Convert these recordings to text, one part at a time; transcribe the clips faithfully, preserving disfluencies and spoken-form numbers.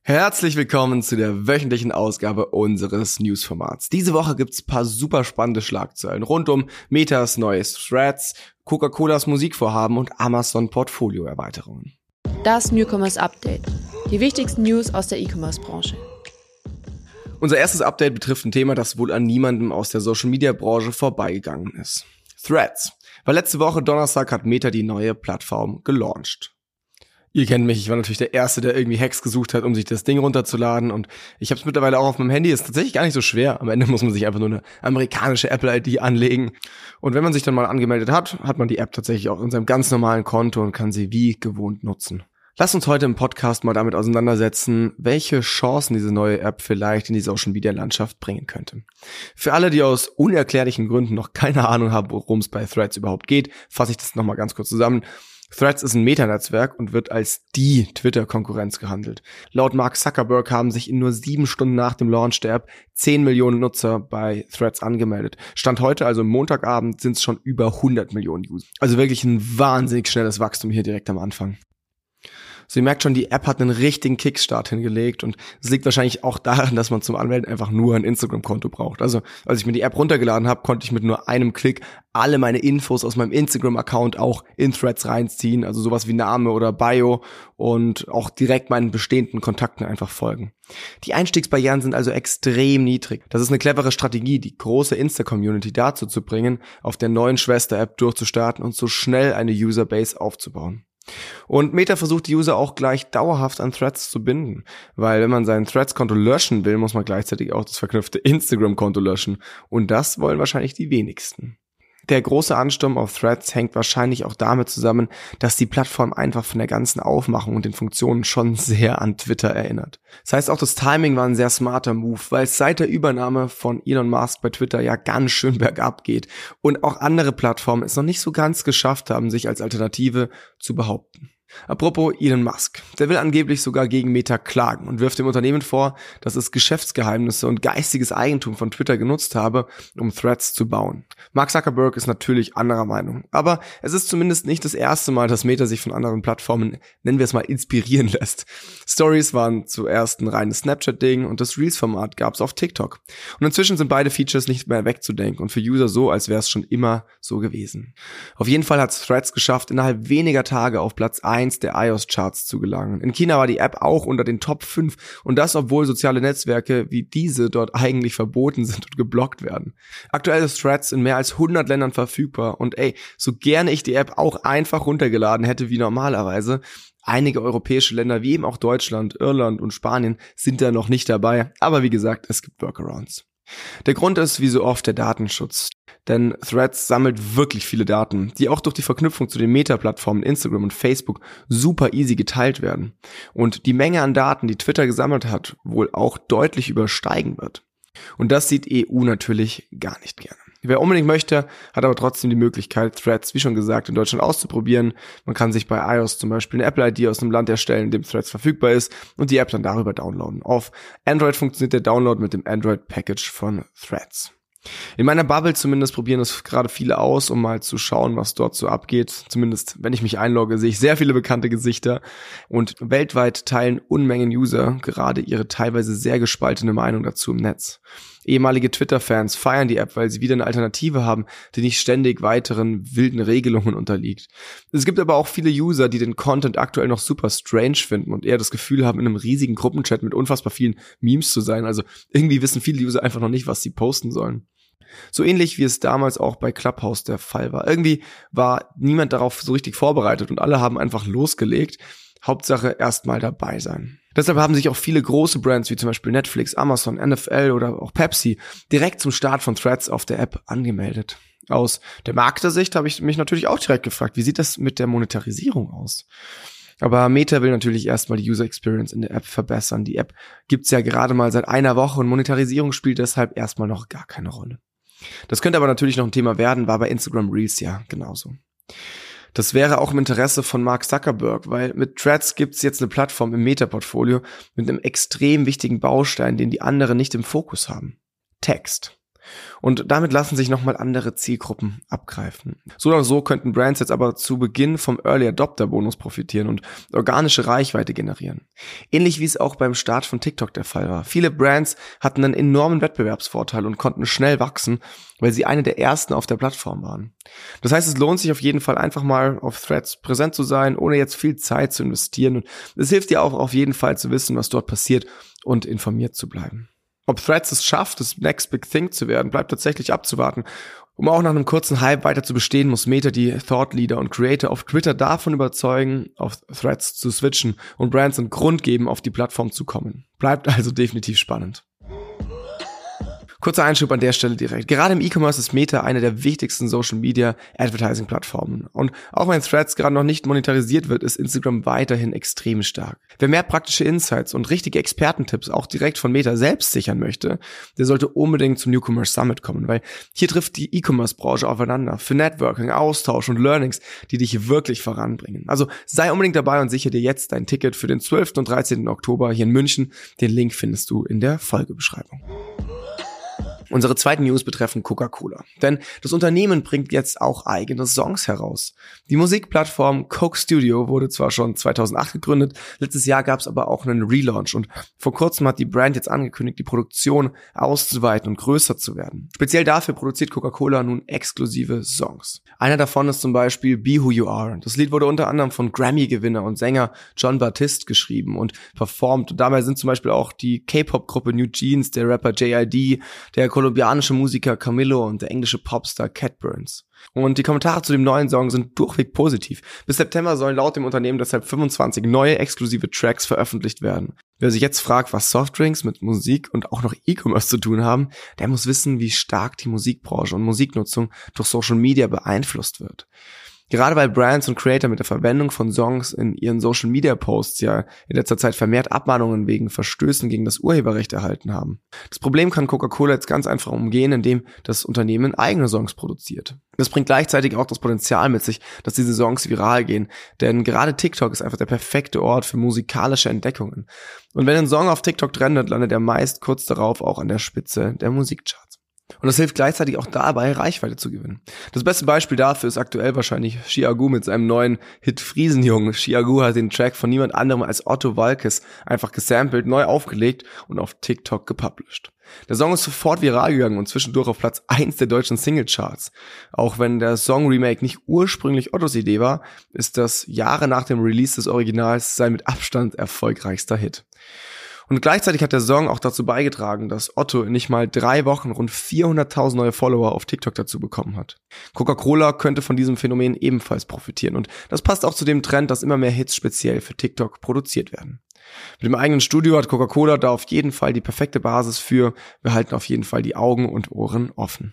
Herzlich willkommen zu der wöchentlichen Ausgabe unseres Newsformats. Diese Woche gibt's ein paar super spannende Schlagzeilen rund um Metas neues Threads, Coca-Colas Musikvorhaben und Amazon Portfolioerweiterungen. Das Newcomers Update. Die wichtigsten News aus der E-Commerce-Branche. Unser erstes Update betrifft ein Thema, das wohl an niemandem aus der Social-Media-Branche vorbeigegangen ist. Threads. Weil letzte Woche Donnerstag hat Meta die neue Plattform gelauncht. Ihr kennt mich, ich war natürlich der Erste, der irgendwie Hacks gesucht hat, um sich das Ding runterzuladen, und ich habe es mittlerweile auch auf meinem Handy. Ist tatsächlich gar nicht so schwer. Am Ende muss man sich einfach nur eine amerikanische Apple-I D anlegen, und wenn man sich dann mal angemeldet hat, hat man die App tatsächlich auch in seinem ganz normalen Konto und kann sie wie gewohnt nutzen. Lasst uns heute im Podcast mal damit auseinandersetzen, welche Chancen diese neue App vielleicht in die Social-Media-Landschaft bringen könnte. Für alle, die aus unerklärlichen Gründen noch keine Ahnung haben, worum es bei Threads überhaupt geht, fasse ich das nochmal ganz kurz zusammen. Threads ist ein Meta-Netzwerk und wird als die Twitter-Konkurrenz gehandelt. Laut Mark Zuckerberg haben sich in nur sieben Stunden nach dem Launch der App zehn Millionen Nutzer bei Threads angemeldet. Stand heute, also Montagabend, sind es schon über hundert Millionen User. Also wirklich ein wahnsinnig schnelles Wachstum hier direkt am Anfang. So, ihr merkt schon, die App hat einen richtigen Kickstart hingelegt, und es liegt wahrscheinlich auch daran, dass man zum Anmelden einfach nur ein Instagram-Konto braucht. Also, als ich mir die App runtergeladen habe, konnte ich mit nur einem Klick alle meine Infos aus meinem Instagram-Account auch in Threads reinziehen, also sowas wie Name oder Bio, und auch direkt meinen bestehenden Kontakten einfach folgen. Die Einstiegsbarrieren sind also extrem niedrig. Das ist eine clevere Strategie, die große Insta-Community dazu zu bringen, auf der neuen Schwester-App durchzustarten und so schnell eine User-Base aufzubauen. Und Meta versucht die User auch gleich dauerhaft an Threads zu binden, weil wenn man sein Threads-Konto löschen will, muss man gleichzeitig auch das verknüpfte Instagram-Konto löschen, und das wollen wahrscheinlich die wenigsten. Der große Ansturm auf Threads hängt wahrscheinlich auch damit zusammen, dass die Plattform einfach von der ganzen Aufmachung und den Funktionen schon sehr an Twitter erinnert. Das heißt, auch das Timing war ein sehr smarter Move, weil es seit der Übernahme von Elon Musk bei Twitter ja ganz schön bergab geht und auch andere Plattformen es noch nicht so ganz geschafft haben, sich als Alternative zu behaupten. Apropos Elon Musk, der will angeblich sogar gegen Meta klagen und wirft dem Unternehmen vor, dass es Geschäftsgeheimnisse und geistiges Eigentum von Twitter genutzt habe, um Threads zu bauen. Mark Zuckerberg ist natürlich anderer Meinung, aber es ist zumindest nicht das erste Mal, dass Meta sich von anderen Plattformen, nennen wir es mal, inspirieren lässt. Stories waren zuerst ein reines Snapchat-Ding, und das Reels-Format gab es auf TikTok. Und inzwischen sind beide Features nicht mehr wegzudenken und für User so, als wäre es schon immer so gewesen. Auf jeden Fall hat es Threads geschafft, innerhalb weniger Tage auf Platz eins der iOS-Charts zu gelangen. In China war die App auch unter den Top fünf, und das, obwohl soziale Netzwerke wie diese dort eigentlich verboten sind und geblockt werden. Aktuell ist Threads in mehr als hundert Ländern verfügbar, und ey, so gerne ich die App auch einfach runtergeladen hätte wie normalerweise, einige europäische Länder wie eben auch Deutschland, Irland und Spanien sind da noch nicht dabei, aber wie gesagt, es gibt Workarounds. Der Grund ist wie so oft der Datenschutz, denn Threads sammelt wirklich viele Daten, die auch durch die Verknüpfung zu den Meta-Plattformen Instagram und Facebook super easy geteilt werden und die Menge an Daten, die Twitter gesammelt hat, wohl auch deutlich übersteigen wird. Und das sieht E U natürlich gar nicht gerne. Wer unbedingt möchte, hat aber trotzdem die Möglichkeit, Threads, wie schon gesagt, in Deutschland auszuprobieren. Man kann sich bei iOS zum Beispiel eine Apple-I D aus einem Land erstellen, in dem Threads verfügbar ist, und die App dann darüber downloaden. Auf Android funktioniert der Download mit dem Android-Package von Threads. In meiner Bubble zumindest probieren es gerade viele aus, um mal zu schauen, was dort so abgeht. Zumindest, wenn ich mich einlogge, sehe ich sehr viele bekannte Gesichter, und weltweit teilen Unmengen User gerade ihre teilweise sehr gespaltene Meinung dazu im Netz. Ehemalige Twitter-Fans feiern die App, weil sie wieder eine Alternative haben, die nicht ständig weiteren wilden Regelungen unterliegt. Es gibt aber auch viele User, die den Content aktuell noch super strange finden und eher das Gefühl haben, in einem riesigen Gruppenchat mit unfassbar vielen Memes zu sein. Also irgendwie wissen viele User einfach noch nicht, was sie posten sollen. So ähnlich wie es damals auch bei Clubhouse der Fall war. Irgendwie war niemand darauf so richtig vorbereitet und alle haben einfach losgelegt. Hauptsache erstmal dabei sein. Deshalb haben sich auch viele große Brands wie zum Beispiel Netflix, Amazon, N F L oder auch Pepsi direkt zum Start von Threads auf der App angemeldet. Aus der Marketersicht habe ich mich natürlich auch direkt gefragt, wie sieht das mit der Monetarisierung aus? Aber Meta will natürlich erstmal die User Experience in der App verbessern. Die App gibt's ja gerade mal seit einer Woche und Monetarisierung spielt deshalb erstmal noch gar keine Rolle. Das könnte aber natürlich noch ein Thema werden, war bei Instagram Reels ja genauso. Das wäre auch im Interesse von Mark Zuckerberg, weil mit Threads gibt's jetzt eine Plattform im Meta-Portfolio mit einem extrem wichtigen Baustein, den die anderen nicht im Fokus haben. Text. Und damit lassen sich nochmal andere Zielgruppen abgreifen. So oder so könnten Brands jetzt aber zu Beginn vom Early Adopter Bonus profitieren und organische Reichweite generieren. Ähnlich wie es auch beim Start von TikTok der Fall war. Viele Brands hatten einen enormen Wettbewerbsvorteil und konnten schnell wachsen, weil sie eine der ersten auf der Plattform waren. Das heißt, es lohnt sich auf jeden Fall einfach mal auf Threads präsent zu sein, ohne jetzt viel Zeit zu investieren. Und es hilft dir auch auf jeden Fall zu wissen, was dort passiert und informiert zu bleiben. Ob Threads es schafft, das Next Big Thing zu werden, bleibt tatsächlich abzuwarten. Um auch nach einem kurzen Hype weiter zu bestehen, muss Meta die Thought Leader und Creator auf Twitter davon überzeugen, auf Threads zu switchen und Brands einen Grund geben, auf die Plattform zu kommen. Bleibt also definitiv spannend. Kurzer Einschub an der Stelle direkt. Gerade im E-Commerce ist Meta eine der wichtigsten Social-Media-Advertising-Plattformen. Und auch wenn Threads gerade noch nicht monetarisiert wird, ist Instagram weiterhin extrem stark. Wer mehr praktische Insights und richtige Expertentipps auch direkt von Meta selbst sichern möchte, der sollte unbedingt zum New Commerce Summit kommen, weil hier trifft die E-Commerce-Branche aufeinander für Networking, Austausch und Learnings, die dich wirklich voranbringen. Also sei unbedingt dabei und sichere dir jetzt dein Ticket für den zwölften und dreizehnten Oktober hier in München. Den Link findest du in der Folgebeschreibung. Unsere zweiten News betreffen Coca-Cola. Denn das Unternehmen bringt jetzt auch eigene Songs heraus. Die Musikplattform Coke Studio wurde zwar schon zweitausendacht gegründet, letztes Jahr gab es aber auch einen Relaunch und vor kurzem hat die Brand jetzt angekündigt, die Produktion auszuweiten und größer zu werden. Speziell dafür produziert Coca-Cola nun exklusive Songs. Einer davon ist zum Beispiel Be Who You Are. Das Lied wurde unter anderem von Grammy-Gewinner und Sänger Jon Batiste geschrieben und performt. Und dabei sind zum Beispiel auch die K-Pop-Gruppe New Jeans, der Rapper J I D, der kolumbianische Musiker Camilo und der englische Popstar Cat Burns. Und die Kommentare zu dem neuen Song sind durchweg positiv. Bis September sollen laut dem Unternehmen deshalb fünfundzwanzig neue exklusive Tracks veröffentlicht werden. Wer sich jetzt fragt, was Softdrinks mit Musik und auch noch E-Commerce zu tun haben, der muss wissen, wie stark die Musikbranche und Musiknutzung durch Social Media beeinflusst wird. Gerade weil Brands und Creator mit der Verwendung von Songs in ihren Social-Media-Posts ja in letzter Zeit vermehrt Abmahnungen wegen Verstößen gegen das Urheberrecht erhalten haben. Das Problem kann Coca-Cola jetzt ganz einfach umgehen, indem das Unternehmen eigene Songs produziert. Das bringt gleichzeitig auch das Potenzial mit sich, dass diese Songs viral gehen, denn gerade TikTok ist einfach der perfekte Ort für musikalische Entdeckungen. Und wenn ein Song auf TikTok trendet, landet er meist kurz darauf auch an der Spitze der Musikcharts. Und das hilft gleichzeitig auch dabei, Reichweite zu gewinnen. Das beste Beispiel dafür ist aktuell wahrscheinlich Chiagu mit seinem neuen Hit Friesenjungen. Chiagu hat den Track von niemand anderem als Otto Walkes einfach gesampelt, neu aufgelegt und auf TikTok gepublished. Der Song ist sofort viral gegangen und zwischendurch auf Platz eins der deutschen Singlecharts. Auch wenn der Song-Remake nicht ursprünglich Ottos Idee war, ist das Jahre nach dem Release des Originals sein mit Abstand erfolgreichster Hit. Und gleichzeitig hat der Song auch dazu beigetragen, dass Otto in nicht mal drei Wochen rund vierhunderttausend neue Follower auf TikTok dazu bekommen hat. Coca-Cola könnte von diesem Phänomen ebenfalls profitieren und das passt auch zu dem Trend, dass immer mehr Hits speziell für TikTok produziert werden. Mit dem eigenen Studio hat Coca-Cola da auf jeden Fall die perfekte Basis für. Wir halten auf jeden Fall die Augen und Ohren offen.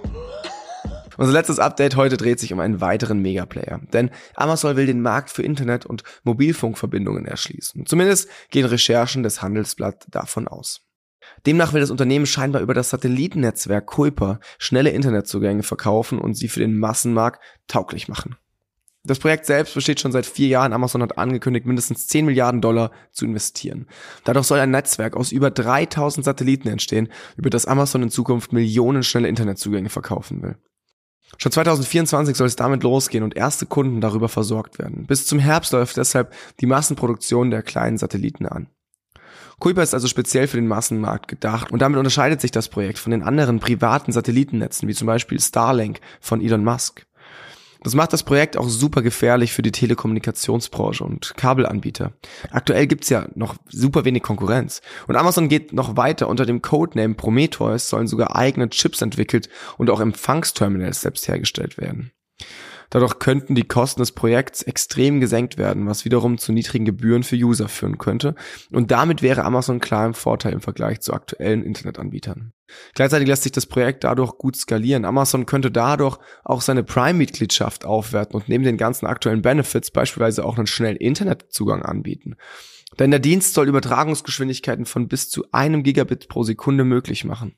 Unser letztes Update heute dreht sich um einen weiteren Megaplayer, denn Amazon will den Markt für Internet- und Mobilfunkverbindungen erschließen. Zumindest gehen Recherchen des Handelsblatt davon aus. Demnach will das Unternehmen scheinbar über das Satellitennetzwerk Kuiper schnelle Internetzugänge verkaufen und sie für den Massenmarkt tauglich machen. Das Projekt selbst besteht schon seit vier Jahren. Amazon hat angekündigt, mindestens zehn Milliarden Dollar zu investieren. Dadurch soll ein Netzwerk aus über dreitausend Satelliten entstehen, über das Amazon in Zukunft Millionen schnelle Internetzugänge verkaufen will. Schon zwanzig vierundzwanzig soll es damit losgehen und erste Kunden darüber versorgt werden. Bis zum Herbst läuft deshalb die Massenproduktion der kleinen Satelliten an. Kuiper ist also speziell für den Massenmarkt gedacht und damit unterscheidet sich das Projekt von den anderen privaten Satellitennetzen, wie zum Beispiel Starlink von Elon Musk. Das macht das Projekt auch super gefährlich für die Telekommunikationsbranche und Kabelanbieter. Aktuell gibt's ja noch super wenig Konkurrenz. Und Amazon geht noch weiter. Unter dem Codename Prometheus sollen sogar eigene Chips entwickelt und auch Empfangsterminals selbst hergestellt werden. Dadurch könnten die Kosten des Projekts extrem gesenkt werden, was wiederum zu niedrigen Gebühren für User führen könnte. Und damit wäre Amazon klar im Vorteil im Vergleich zu aktuellen Internetanbietern. Gleichzeitig lässt sich das Projekt dadurch gut skalieren. Amazon könnte dadurch auch seine Prime-Mitgliedschaft aufwerten und neben den ganzen aktuellen Benefits beispielsweise auch einen schnellen Internetzugang anbieten. Denn der Dienst soll Übertragungsgeschwindigkeiten von bis zu einem Gigabit pro Sekunde möglich machen.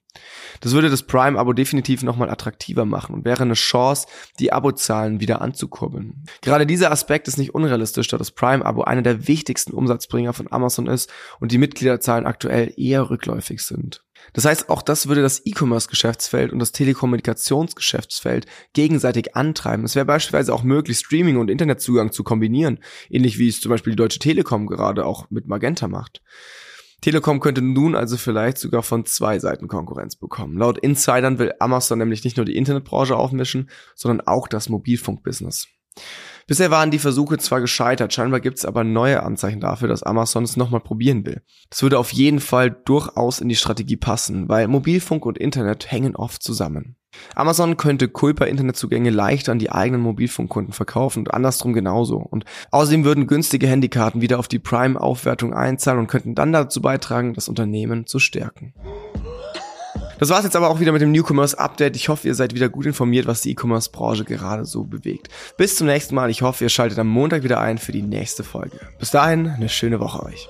Das würde das Prime-Abo definitiv nochmal attraktiver machen und wäre eine Chance, die Abozahlen wieder anzukurbeln. Gerade dieser Aspekt ist nicht unrealistisch, da das Prime-Abo einer der wichtigsten Umsatzbringer von Amazon ist und die Mitgliederzahlen aktuell eher rückläufig sind. Das heißt, auch das würde das E-Commerce-Geschäftsfeld und das Telekommunikationsgeschäftsfeld gegenseitig antreiben. Es wäre beispielsweise auch möglich, Streaming und Internetzugang zu kombinieren, ähnlich wie es zum Beispiel die Deutsche Telekom gerade auch mit Magenta macht. Telekom könnte nun also vielleicht sogar von zwei Seiten Konkurrenz bekommen. Laut Insidern will Amazon nämlich nicht nur die Internetbranche aufmischen, sondern auch das Mobilfunkbusiness. Bisher waren die Versuche zwar gescheitert, scheinbar gibt es aber neue Anzeichen dafür, dass Amazon es nochmal probieren will. Das würde auf jeden Fall durchaus in die Strategie passen, weil Mobilfunk und Internet hängen oft zusammen. Amazon könnte Kulpa-Internetzugänge leichter an die eigenen Mobilfunkkunden verkaufen und andersrum genauso. Und außerdem würden günstige Handykarten wieder auf die Prime-Aufwertung einzahlen und könnten dann dazu beitragen, das Unternehmen zu stärken. Das war's jetzt aber auch wieder mit dem Newcomers Update. Ich hoffe, ihr seid wieder gut informiert, was die E-Commerce-Branche gerade so bewegt. Bis zum nächsten Mal. Ich hoffe, ihr schaltet am Montag wieder ein für die nächste Folge. Bis dahin, eine schöne Woche euch.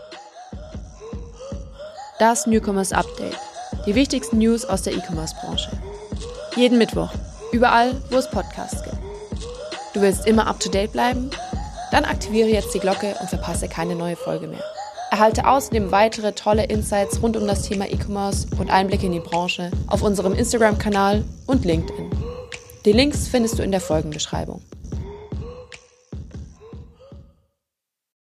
Das Newcomers Update. Die wichtigsten News aus der E-Commerce-Branche. Jeden Mittwoch. Überall, wo es Podcasts gibt. Du willst immer up to date bleiben? Dann aktiviere jetzt die Glocke und verpasse keine neue Folge mehr. Erhalte außerdem weitere tolle Insights rund um das Thema E-Commerce und Einblicke in die Branche auf unserem Instagram-Kanal und LinkedIn. Die Links findest du in der Folgenbeschreibung.